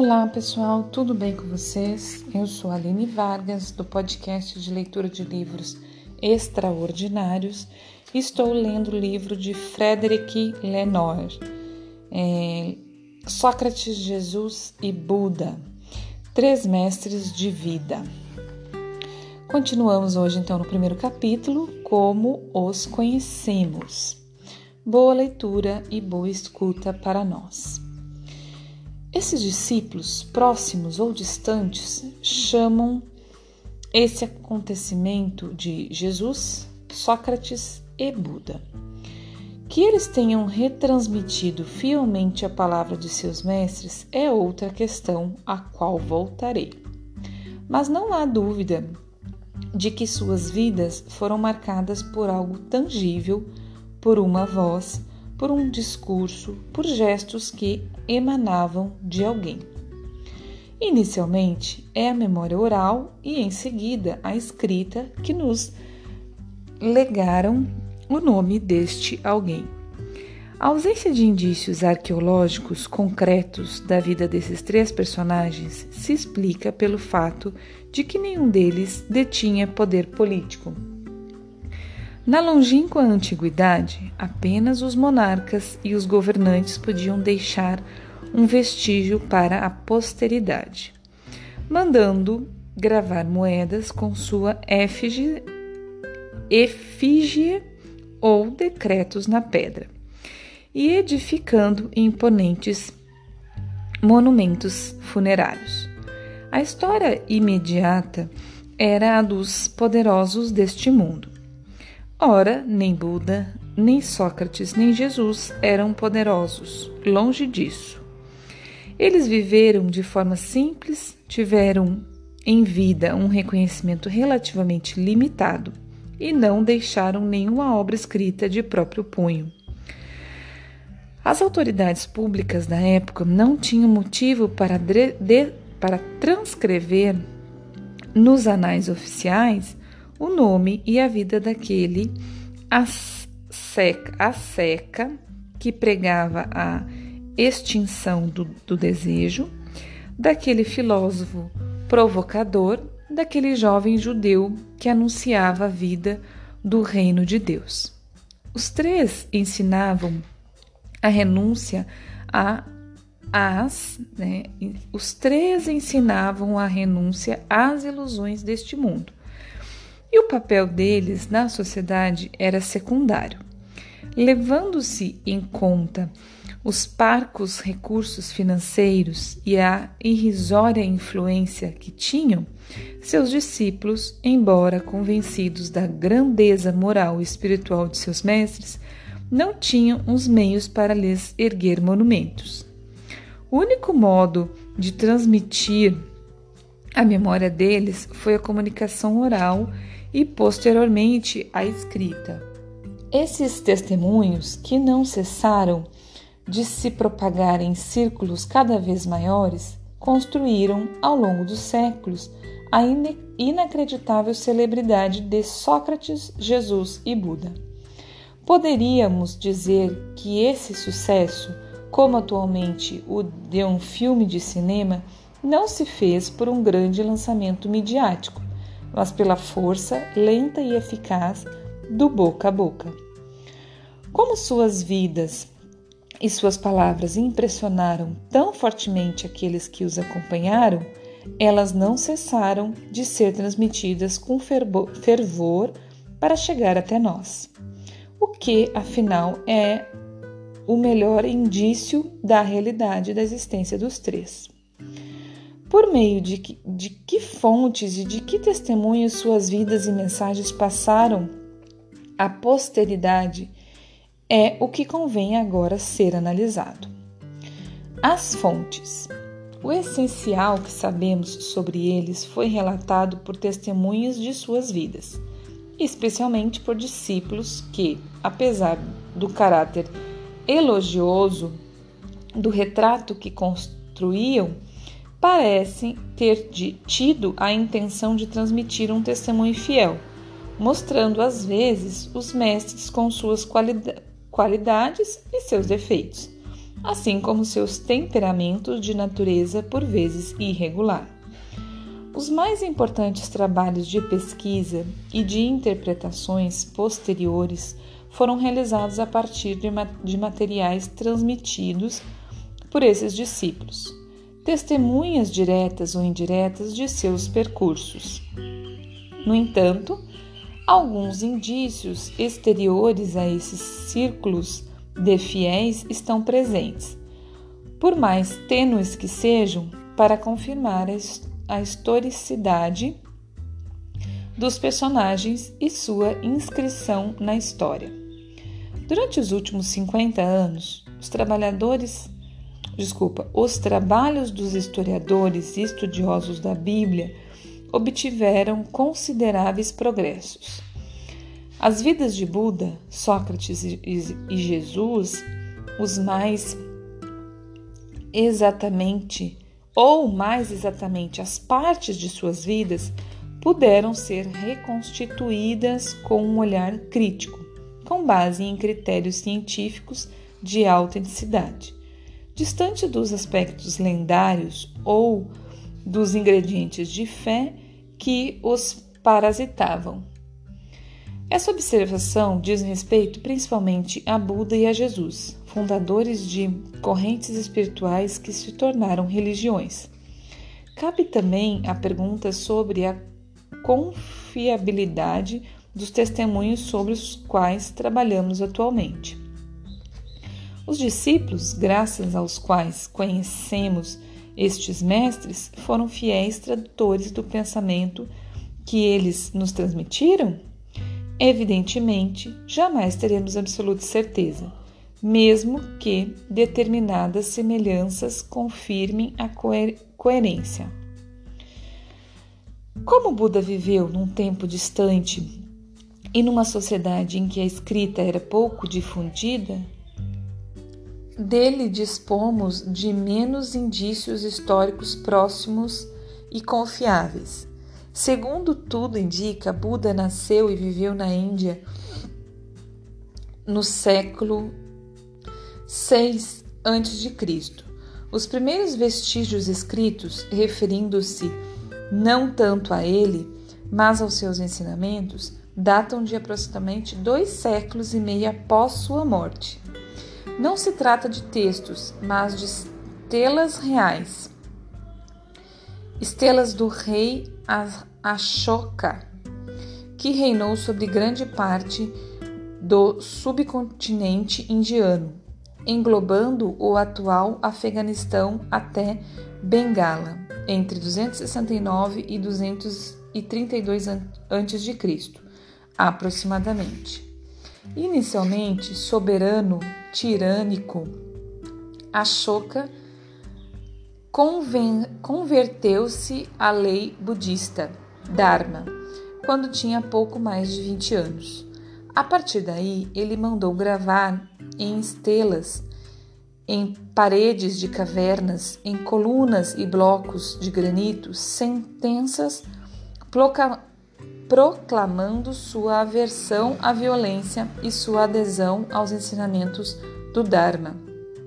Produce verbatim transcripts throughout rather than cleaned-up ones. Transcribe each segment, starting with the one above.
Olá pessoal, tudo bem com vocês? Eu sou a Aline Vargas, do podcast de leitura de livros extraordinários. Estou lendo o livro de Frédéric Lenoir, é, Sócrates, Jesus e Buda, Três Mestres de Vida. Continuamos hoje então no primeiro capítulo, Como os conhecemos. Boa leitura e boa escuta para nós. Esses discípulos, próximos ou distantes, chamam esse acontecimento de Jesus, Sócrates e Buda. Que eles tenham retransmitido fielmente a palavra de seus mestres é outra questão a qual voltarei. Mas não há dúvida de que suas vidas foram marcadas por algo tangível, por uma voz, por um discurso, por gestos que emanavam de alguém. Inicialmente é a memória oral e em seguida a escrita que nos legaram o nome deste alguém. A ausência de indícios arqueológicos concretos da vida desses três personagens se explica pelo fato de que nenhum deles detinha poder político. Na longínqua antiguidade, apenas os monarcas e os governantes podiam deixar um vestígio para a posteridade, mandando gravar moedas com sua efígie, efígie ou decretos na pedra, e edificando imponentes monumentos funerários. A história imediata era a dos poderosos deste mundo. Ora, nem Buda, nem Sócrates, nem Jesus eram poderosos, longe disso. Eles viveram de forma simples, tiveram em vida um reconhecimento relativamente limitado e não deixaram nenhuma obra escrita de próprio punho. As autoridades públicas da época não tinham motivo para, de, para transcrever nos anais oficiais o nome e a vida daquele asceca, asceca que pregava a extinção do, do desejo, daquele filósofo provocador, daquele jovem judeu que anunciava a vida do reino de Deus. Os três ensinavam a renúncia a às, né, os três ensinavam a renúncia às ilusões deste mundo. E o papel deles na sociedade era secundário. Levando-se em conta os parcos recursos financeiros e a irrisória influência que tinham, seus discípulos, embora convencidos da grandeza moral e espiritual de seus mestres, não tinham os meios para lhes erguer monumentos. O único modo de transmitir a memória deles foi a comunicação oral e, posteriormente, a escrita. Esses testemunhos, que não cessaram de se propagar em círculos cada vez maiores, construíram, ao longo dos séculos, a inacreditável celebridade de Sócrates, Jesus e Buda. Poderíamos dizer que esse sucesso, como atualmente o de um filme de cinema, não se fez por um grande lançamento midiático, mas pela força lenta e eficaz do boca a boca. Como suas vidas e suas palavras impressionaram tão fortemente aqueles que os acompanharam, elas não cessaram de ser transmitidas com fervor para chegar até nós, o que, afinal, é o melhor indício da realidade da existência dos três. Por meio de que, de que fontes e de que testemunhos suas vidas e mensagens passaram à posteridade é o que convém agora ser analisado. As fontes. O essencial que sabemos sobre eles foi relatado por testemunhas de suas vidas, especialmente por discípulos que, apesar do caráter elogioso do retrato que construíam, parecem ter tido a intenção de transmitir um testemunho fiel, mostrando às vezes os mestres com suas qualidades e seus defeitos, assim como seus temperamentos de natureza por vezes irregular. Os mais importantes trabalhos de pesquisa e de interpretações posteriores foram realizados a partir de, ma- de materiais transmitidos por esses discípulos, testemunhas diretas ou indiretas de seus percursos. No entanto, alguns indícios exteriores a esses círculos de fiéis estão presentes, por mais tênues que sejam, para confirmar a historicidade dos personagens e sua inscrição na história. Durante os últimos cinquenta anos, os trabalhadores, desculpa, os trabalhos dos historiadores e estudiosos da Bíblia obtiveram consideráveis progressos. As vidas de Buda, Sócrates e, e Jesus, os mais exatamente, ou mais exatamente as partes de suas vidas, puderam ser reconstituídas com um olhar crítico, com base em critérios científicos de autenticidade, distante dos aspectos lendários ou dos ingredientes de fé que os parasitavam. Essa observação diz respeito principalmente a Buda e a Jesus, fundadores de correntes espirituais que se tornaram religiões. Cabe também a pergunta sobre a confiabilidade dos testemunhos sobre os quais trabalhamos atualmente. Os discípulos, graças aos quais conhecemos estes mestres, foram fiéis tradutores do pensamento que eles nos transmitiram? Evidentemente, jamais teremos absoluta certeza, mesmo que determinadas semelhanças confirmem a coer- coerência. Como Buda viveu num tempo distante e numa sociedade em que a escrita era pouco difundida, dele dispomos de menos indícios históricos próximos e confiáveis. Segundo tudo indica, Buda nasceu e viveu na Índia no século seis antes de Cristo. Os primeiros vestígios escritos, referindo-se não tanto a ele, mas aos seus ensinamentos, datam de aproximadamente dois séculos e meio após sua morte. Não se trata de textos, mas de estelas reais. Estelas do rei Ashoka, que reinou sobre grande parte do subcontinente indiano, englobando o atual Afeganistão até Bengala, entre duzentos e sessenta e nove e duzentos e trinta e dois antes de Cristo, aproximadamente. Inicialmente soberano tirânico, Ashoka conven- converteu-se à lei budista, Dharma, quando tinha pouco mais de vinte anos. A partir daí, ele mandou gravar em estelas, em paredes de cavernas, em colunas e blocos de granito, sentenças proclamando proclamando sua aversão à violência e sua adesão aos ensinamentos do Dharma.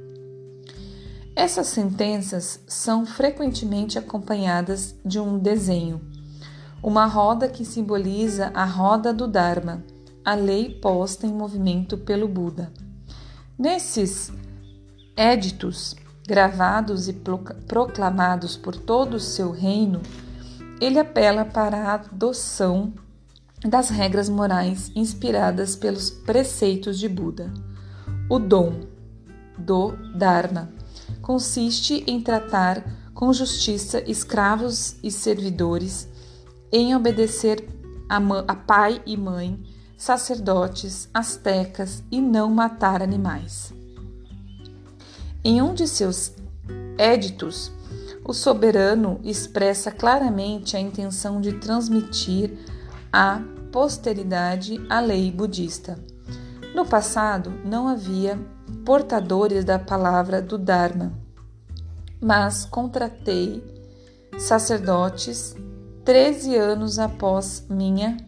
Essas sentenças são frequentemente acompanhadas de um desenho, uma roda que simboliza a roda do Dharma, a lei posta em movimento pelo Buda. Nesses éditos, gravados e proclamados por todo o seu reino, ele apela para a adoção das regras morais inspiradas pelos preceitos de Buda. O dom do Dharma consiste em tratar com justiça escravos e servidores, em obedecer a, a pai e mãe, sacerdotes, astecas e não matar animais. Em um de seus éditos, o soberano expressa claramente a intenção de transmitir à posteridade a lei budista. No passado, não havia portadores da palavra do Dharma, mas contratei sacerdotes treze anos após minha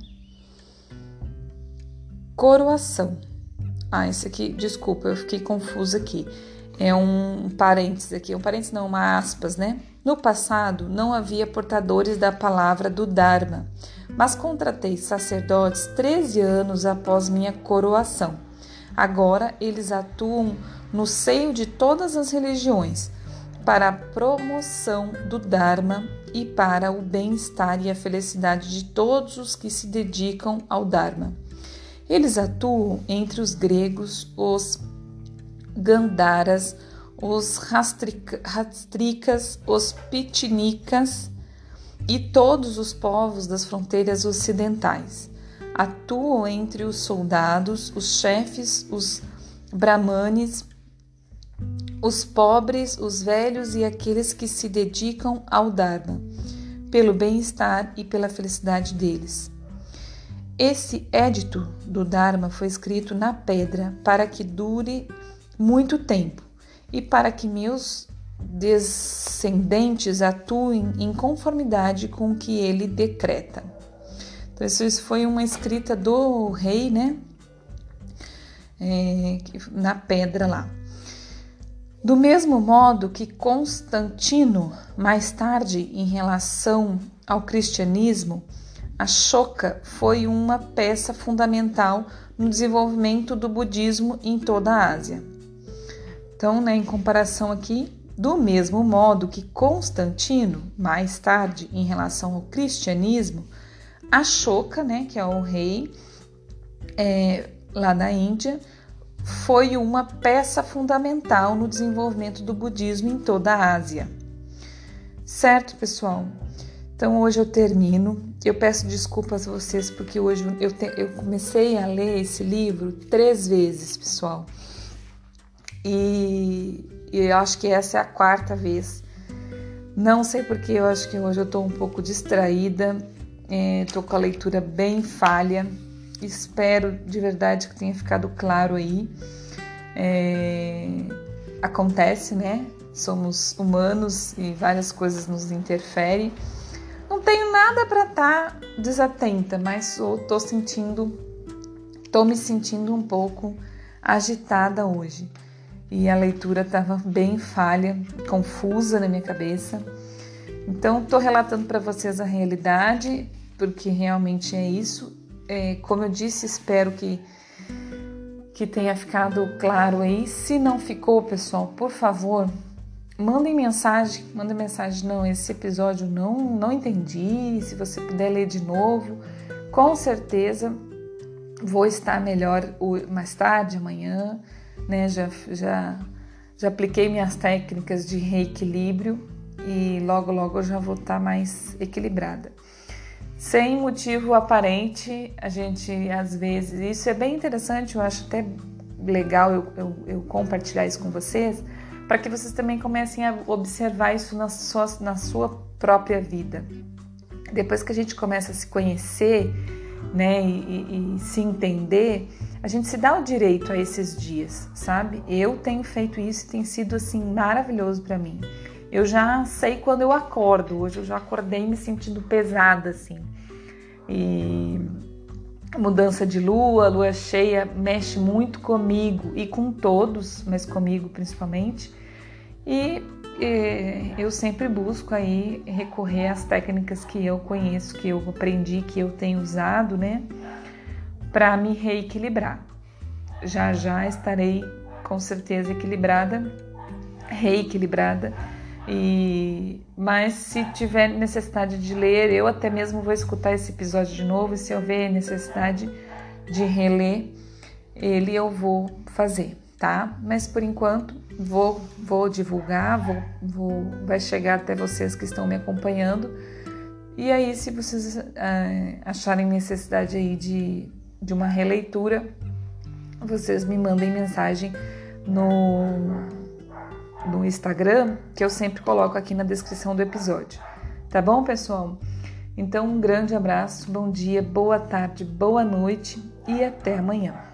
coroação. Ah, isso aqui, desculpa, eu fiquei confusa aqui. é um parênteses aqui, um parênteses não, uma aspas, né? No passado, não havia portadores da palavra do Dharma, mas contratei sacerdotes treze anos após minha coroação. Agora, eles atuam no seio de todas as religiões, para a promoção do Dharma e para o bem-estar e a felicidade de todos os que se dedicam ao Dharma. Eles atuam entre os gregos, os Gandharas, os Rastrikas, os Pitinikas e todos os povos das fronteiras ocidentais. Atuam entre os soldados, os chefes, os brahmanes, os pobres, os velhos e aqueles que se dedicam ao Dharma, pelo bem-estar e pela felicidade deles. Esse édito do Dharma foi escrito na pedra para que dure muito tempo e para que meus descendentes atuem em conformidade com o que ele decreta. Então, isso foi uma escrita do rei, né? É, na pedra lá. Do mesmo modo que Constantino, mais tarde, em relação ao cristianismo, Ashoka foi uma peça fundamental no desenvolvimento do budismo em toda a Ásia. Então, né, em comparação aqui, do mesmo modo que Constantino, mais tarde, em relação ao cristianismo, Ashoka, né, que é o rei é, lá da Índia, foi uma peça fundamental no desenvolvimento do budismo em toda a Ásia. Certo, pessoal? Então, hoje eu termino. Eu peço desculpas a vocês porque hoje eu, te, eu comecei a ler esse livro três vezes, pessoal. E, e eu acho que essa é a quarta vez. Não sei porque, eu acho que hoje eu estou um pouco distraída. Estou é, com a leitura bem falha. Espero de verdade que tenha ficado claro aí. É, acontece, né? Somos humanos e várias coisas nos interferem. Não tenho nada para estar desatenta, mas estou sentindo, estou me sentindo um pouco agitada hoje. E a leitura estava bem falha, confusa na minha cabeça. Então, estou relatando para vocês a realidade, porque realmente é isso. É, como eu disse, espero que, que tenha ficado claro aí. Se não ficou, pessoal, por favor, mandem mensagem. Mandem mensagem, não, esse episódio não, não entendi. Se você puder ler de novo, com certeza vou estar melhor mais tarde, amanhã. Né? Já, já, já apliquei minhas técnicas de reequilíbrio e logo, logo eu já vou estar mais equilibrada. Sem motivo aparente, a gente às vezes, isso é bem interessante, eu acho até legal eu, eu, eu compartilhar isso com vocês, para que vocês também comecem a observar isso na sua, na sua própria vida. Depois que a gente começa a se conhecer, né, e, e, e se entender, a gente se dá o direito a esses dias, sabe? Eu tenho feito isso e tem sido assim maravilhoso para mim. Eu já sei quando eu acordo. Hoje eu já acordei me sentindo pesada, assim. E a mudança de lua, a lua cheia, mexe muito comigo e com todos, mas comigo principalmente. E, e eu sempre busco aí recorrer às técnicas que eu conheço, que eu aprendi, que eu tenho usado, né? Para me reequilibrar. Já já estarei com certeza equilibrada, reequilibrada. E, mas se tiver necessidade de ler, eu até mesmo vou escutar esse episódio de novo, e se houver necessidade de reler ele, eu vou fazer, tá? Mas por enquanto vou, vou divulgar, vou, vou, vai chegar até vocês que estão me acompanhando. E aí, se vocês ah, acharem necessidade aí de, de uma releitura, vocês me mandem mensagem no no Instagram, que eu sempre coloco aqui na descrição do episódio. Tá bom, pessoal? Então, um grande abraço, bom dia, boa tarde, boa noite e até amanhã.